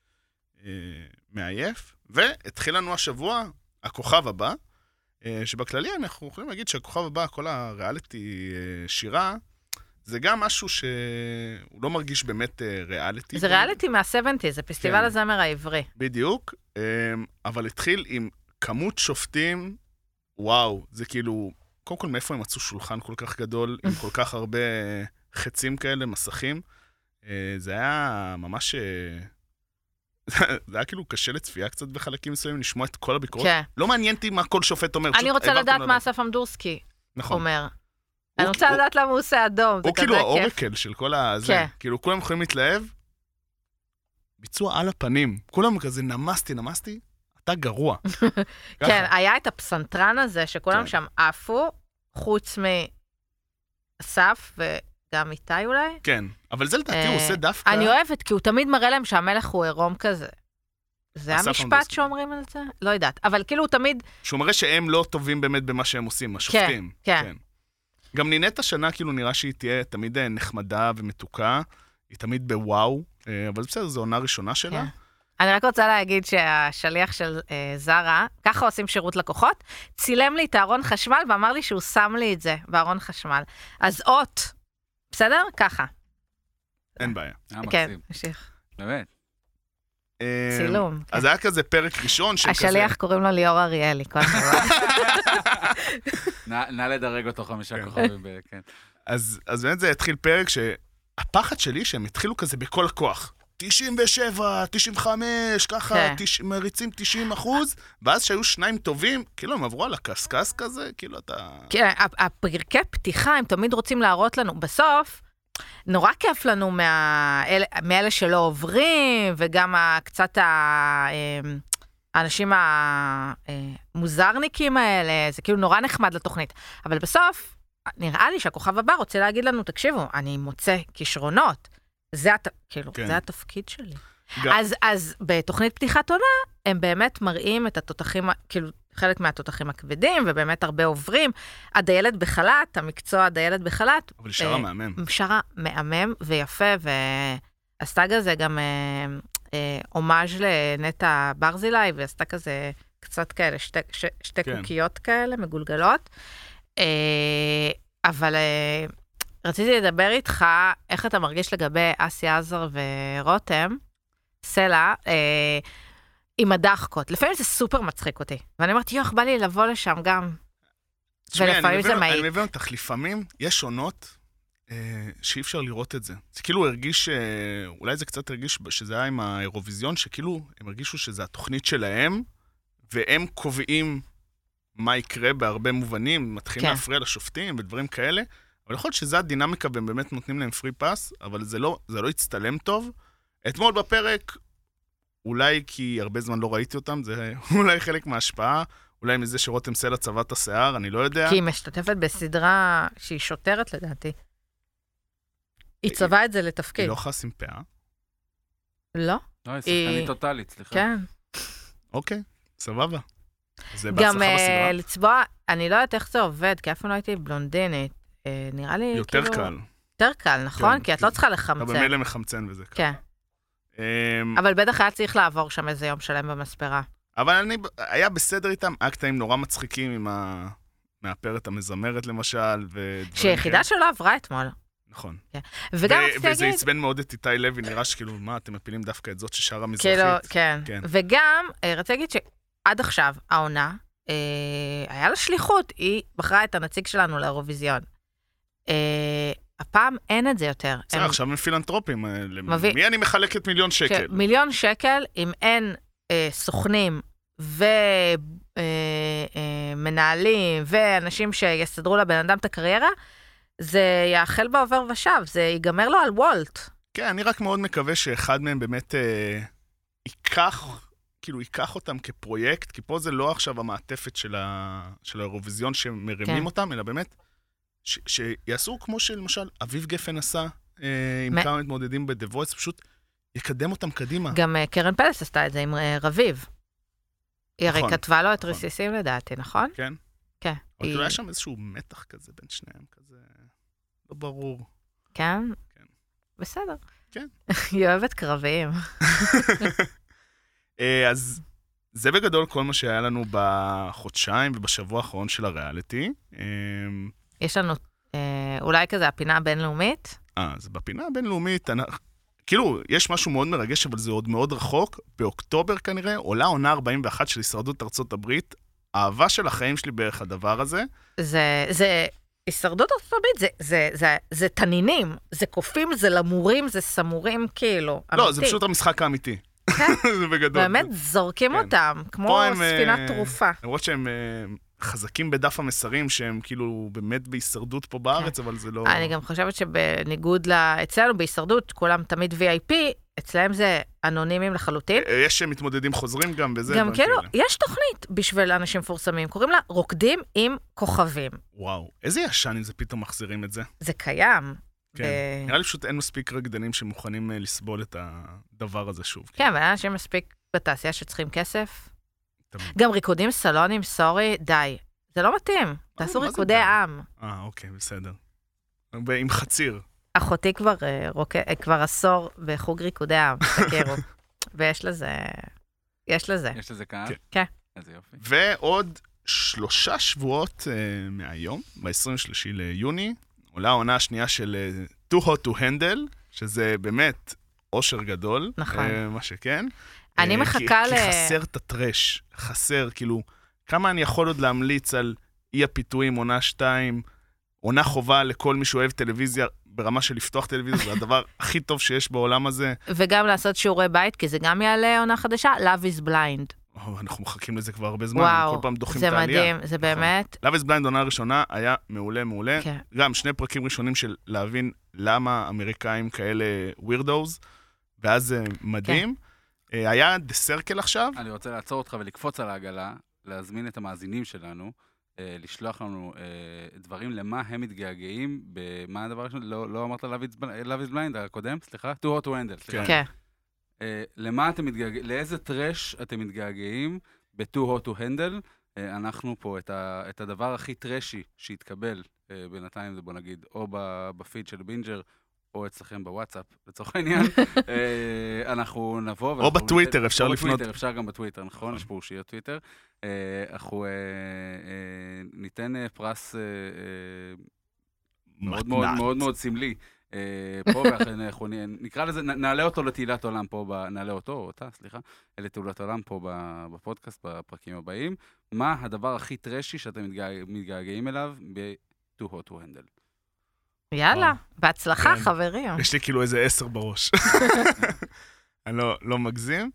מעייף. והתחיל לנו השבוע, הכוכב הבא, שבכללי אנחנו יכולים להגיד שהכוכב הבא, כל הריאליטי שירה, זה גם משהו שהוא לא מרגיש באמת ריאליטי. זה ריאליטי מה-70, זה פסטיבל הזמר העברי. בדיוק, אבל התחיל עם כמות שופטים, וואו, זה כאילו, קודם כל מאיפה הם מצאו שולחן כל כך גדול, עם כל כך הרבה חצים כאלה, מסכים. זה היה ממש... זה היה כאילו קשה לצפייה קצת בחלקים מסוימים, לשמוע את כל הביקורות. לא מעניין אותי מה כל שופט אומר. אני רוצה לדעת מה אסף אמדורסקי אומר. אני רוצה לדעת למה הוא עושה אדום. הוא כאילו האורקל של כל הזה. כאילו כולם יכולים להתלהב. ביצוע על הפנים. כולם כזה נמסתי, אתה גרוע. כן, היה את הפסנתרן הזה שכולם שם עפו, חוץ מאסף וגם איתי אולי. כן, אבל זה לדעתי הוא עושה דווקא... אני אוהבת, כי הוא תמיד מראה להם שהמלך הוא עירום כזה. זה המשפט שאומרים על זה? לא יודעת, אבל כאילו הוא תמיד... שהוא מראה שהם לא טובים באמת במה שהם עושים, השופטים. כן. גם נינט השנה כאילו נראה שהיא תהיה תמיד נחמדה ומתוקה, היא תמיד בוואו, אבל בסדר, זו עונה ראשונה שלה. אני רק רוצה להגיד שהשליח של זרה, ככה עושים שירות לקוחות, צילם לי את הארון חשמל ואמר לי שהוא שם לי את זה בארון חשמל. אז אות, בסדר? ככה. אין בעיה. כן, נמשיך. באמת. צילום. אז היה כזה פרק ראשון שכזה... השליח קוראים לו ליאור אריאלי, כל דבר. נא לדרג אותו 5 כוכבים, כן. אז באמת זה התחיל פרק שהפחד שלי שהם התחילו כזה בכל הכוח. 97, 95, ככה, מריצים 90%, ואז שהיו שניים טובים, כאילו הם עברו על הקסקס כזה, כאילו אתה... כן, הפרקי פתיחה, הם תמיד רוצים להראות לנו, בסוף, נורא כיף לנו מאלה שלא עוברים, וגם קצת האנשים המוזרניקים האלה, זה כאילו נורא נחמד לתוכנית. אבל בסוף, נראה לי שהכוכב הבא רוצה להגיד לנו, תקשיבו, אני מוצא כישרונות. זה התפקיד שלי. אז בתוכנית פתיחת עונה, הם באמת מראים את התותחים, כאילו חלק מהתותחים הכבדים, ובאמת הרבה עוברים. הדיילת בחלט, המקצוע הדיילת בחלט. אבל שרה מהמם. שרה מהמם ויפה, ועשתה כזה גם הומאז' לנטע ברזילי, ועשתה כזה קצת כאלה, שתי קוקיות כאלה, מגולגלות. אבל רציתי לדבר איתך, איך אתה מרגיש לגבי אסי עזר ורותם, סלע, עם הדחקות. לפעמים זה סופר מצחיק אותי. ואני אומרת, יוח, בא לי לבוא לשם גם. ולפעמים זה מעיק. אני מבין אותך, לפעמים יש עונות שאי אפשר לראות את זה. זה כאילו הרגיש, אולי זה קצת הרגיש שזה היה עם האירוויזיון, שכאילו הם הרגישו שזה התוכנית שלהם, והם קובעים מה יקרה בהרבה מובנים, מתחילים להפריע לשופטים ודברים כאלה, אבל יכול להיות שזה הדינמיקה, והם באמת נותנים להם פרי פאס, אבל זה לא יצטלם טוב. אתמול בפרק, אולי כי הרבה זמן לא ראיתי אותם, זה אולי חלק מההשפעה, אולי מזה שרותם סלע צבע את השיער, אני לא יודע. כי היא משתתפת בסדרה שהיא שוטרת לדעתי. היא צבעה את זה לתפקיד. היא לא חס עם פאה? לא. לא, היא שחקנית טוטלית, סליחה. כן. אוקיי, סבבה. גם לצבוע, אני לא יודעת איך זה עובד, כי אף פעם לא הייתי בלונדינית. נראה לי יותר קל. יותר קל, נכון? כי את לא צריכה לחמצן. אבל במילא מחמצן וזה קל. כן. אבל בטח היה צריך לעבור שם איזה יום שלם במספרה. אבל היה בסדר איתם, אקטאים נורא מצחיקים עם המאפרת המזמרת למשל, שיחידה שלא עברה אתמול. נכון. וזה עצבן מאוד את איתי לוי, נראה שכאילו, מה, אתם מפילים דווקא את זאת ששרה מזרחית? כן. וגם, רציתי להגיד שעד עכשיו, העונה, היה לה שליחות, היא בחרה את הנציג שלנו לאירוויזיון. הפעם אין את זה יותר. עכשיו הם פילנטרופים. מי אני מחלקת $1,000,000? $1,000,000, אם אין סוכנים ומנהלים ואנשים שיסדרו לבן אדם את הקריירה, זה יאכל בעובר ושב, זה ייגמר לו על וולט. כן, אני רק מאוד מקווה שאחד מהם באמת ייקח אותם כפרויקט, כי פה זה לא עכשיו המעטפת של האירוויזיון שמרימים אותם, אלא באמת שיעשו כמו שלמשל אביב גפן עשה עם כמה מתמודדים ב-The Voice, פשוט יקדם אותם קדימה. גם קרן פלס עשתה את זה עם רביב. היא הרי כתבה לו את רסיסים לדעתי, נכון? כן. כן. אבל כאילו היה שם איזשהו מתח כזה בין שניהם, כזה לא ברור. כן? כן. בסדר. כן. היא אוהבת קרביים. אז זה בגדול כל מה שהיה לנו בחודשיים ובשבוע האחרון של הריאליטי. יש לנו אולי כזה הפינה הבינלאומית? אז בפינה הבינלאומית, כאילו, יש משהו מאוד מרגש, אבל זה עוד מאוד רחוק. באוקטובר כנראה, עולה עונה 41 של הישרדות ארצות הברית. האהבה של החיים שלי בערך הדבר הזה. זה הישרדות ארצות הברית, זה תנינים, זה קופים, זה למורים, זה סמורים, כאילו. לא, זה פשוט המשחק האמיתי. זה בגדול. באמת זורקים אותם, כמו ספינת תרופה. למרות שהם חזקים בדף המסרים, שהם כאילו באמת בהישרדות פה בארץ, אבל זה לא... אני גם חושבת שבניגוד אצלנו בהישרדות, כולם תמיד VIP, אצלהם זה אנונימים לחלוטין. יש מתמודדים חוזרים גם בזה. גם כאילו, יש תוכנית בשביל אנשים מפורסמים, קוראים לה רוקדים עם כוכבים. וואו, איזה ישן אם זה פתאום מחזירים את זה. זה קיים. כן, נראה לי פשוט אין מספיק רקדנים שמוכנים לסבול את הדבר הזה שוב. כן, אבל אנשים מספיק בתעשייה שצריכים כסף. גם ריקודים סלונים, סורי, די. זה לא מתאים. תעשו ריקודי עם. אוקיי, בסדר. עם חציר. אחותי כבר עשור בחוג ריקודי עם, תכירו. ויש לזה... יש לזה קהל? כן. איזה יופי. ועוד 3 שבועות מהיום, ב-23 ליוני, עולה העונה השנייה של Too Hot to Handle, שזה באמת אושר גדול. נכון. מה שכן. אני מחכה כי חסר את הטרש, חסר, כאילו, כמה אני יכול עוד להמליץ על אי הפיתויים, עונה 2, עונה חובה לכל מי שאוהב טלוויזיה, ברמה של לפתוח טלוויזיה, זה הדבר הכי טוב שיש בעולם הזה. וגם לעשות שיעורי בית, כי זה גם יעלה עונה חדשה, Love is Blind. אנחנו מחכים לזה כבר הרבה זמן, כל פעם דוחים את העלייה. זה מדהים, זה באמת. Love is Blind עונה ראשונה היה מעולה, מעולה. גם 2 פרקים ראשונים של להבין למה אמריקאים כאלה weirdos, ואז זה מדהים. היה The Circle עכשיו. אני רוצה לעצור אותך ולקפוץ על העגלה, להזמין את המאזינים שלנו, לשלוח לנו דברים למה הם מתגעגעים, במה הדבר ראשון? לא אמרת Love is Blind הקודם? סליחה? Too Hot to Handle. כן. למה אתם מתגעגעים? לאיזה טרש אתם מתגעגעים ב-Too Hot to Handle? אנחנו פה את הדבר הכי טרשי שהתקבל בינתיים, זה בוא נגיד, או בפיד של בינג'ר, או אצלכם בוואטסאפ, לצורך העניין, אנחנו נבוא... או בטוויטר, אפשר לפנות. בטוויטר, אפשר גם בטוויטר, נכון? יש פה אושיות טוויטר. אנחנו ניתן פרס מאוד מאוד מאוד סמלי פה, ואנחנו נקרא לזה, נעלה אותו לתהילת עולם פה, נעלה אותו, או אותה, סליחה, לתהילת עולם פה בפודקאסט, בפרקים הבאים. מה הדבר הכי טרשי שאתם מתגעגעים אליו ב-Too Hot to Handle? יאללה, בהצלחה, חברים. יש לי כאילו איזה 10 בראש. אני לא מגזים.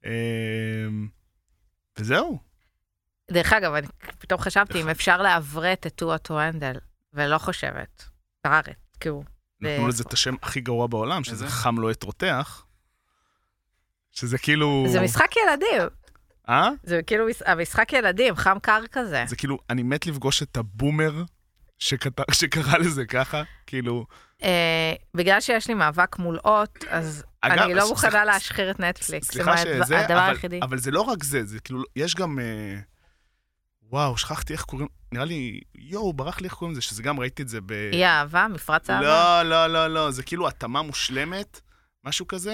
וזהו. דרך אגב, אני פתאום חשבתי, אם אפשר לעברת את Too Hot to Handle, ולא חושבת, בארץ, כאילו. נתנו לזה את השם הכי גרוע בעולם, שזה חם לא את רותח. שזה כאילו... זה משחק ילדים. זה כאילו המשחק ילדים, חם קר כזה. זה כאילו, אני מת לפגוש את הבומר, שקרא לזה ככה, כאילו... בגלל שיש לי מאבק מול אות, אז אני לא מוכנה להשחיר את נטפליקס. סליחה שזה, אבל זה לא רק זה, זה כאילו, יש גם... וואו, שכחתי איך קוראים... נראה לי, ברח לי איך קוראים לזה, שזה גם ראיתי את זה ב... אי אהבה, מפרץ אהבה? לא, זה כאילו התאמה מושלמת, משהו כזה,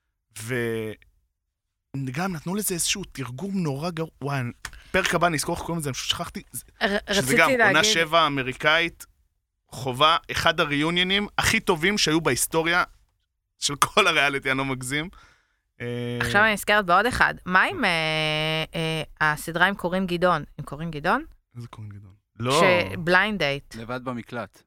וגם נתנו לזה איזשהו תרגום נורא גרוע, וואי, פרק הבא נזכור איך קוראים לזה, אני פשוט שכחתי, שזה גם עונה 7 אמריקאית, חובה, אחד הריוניונים הכי טובים שהיו בהיסטוריה של כל הריאליטי, אני לא מגזים. עכשיו אני נזכרת בעוד אחד. מה עם הסדרה עם קורין גדעון? עם קורין גדעון? איזה קורין גדעון? לא. בליינד דייט. לבד במקלט.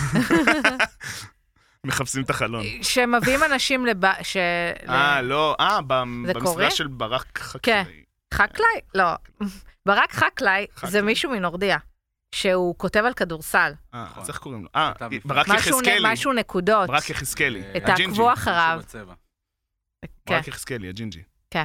מחפשים את החלון. שמביאים אנשים לא. במשרה של ברק חקלאי. כן. חקלאי? לא. ברק חקלאי זה מישהו מנורדיה. שהוא כותב על כדורסל. אז איך קוראים לו? ברק יחזקאלי. משהו נקודות. ברק יחזקאלי. תעקבו אחריו. ברק יחזקאלי, הג'ינג'י. כן.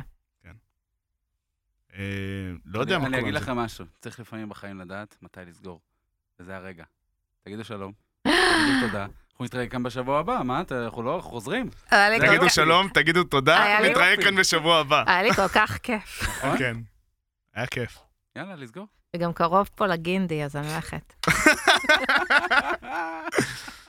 לא יודע מה קוראים. אני אגיד לכם משהו. צריך לפעמים בחיים לדעת מתי לסגור. וזה הרגע. תגידו שלום. תגידו תודה. אנחנו נתראה כאן בשבוע הבא. מה? אנחנו לא חוזרים. תגידו שלום, תגידו תודה. נתראה כאן בשבוע הבא. היה לי כל כך כיף. כן. היה כיף. יאללה, לסגור. וגם קרוב פה לגינדי, אז אני הולכת.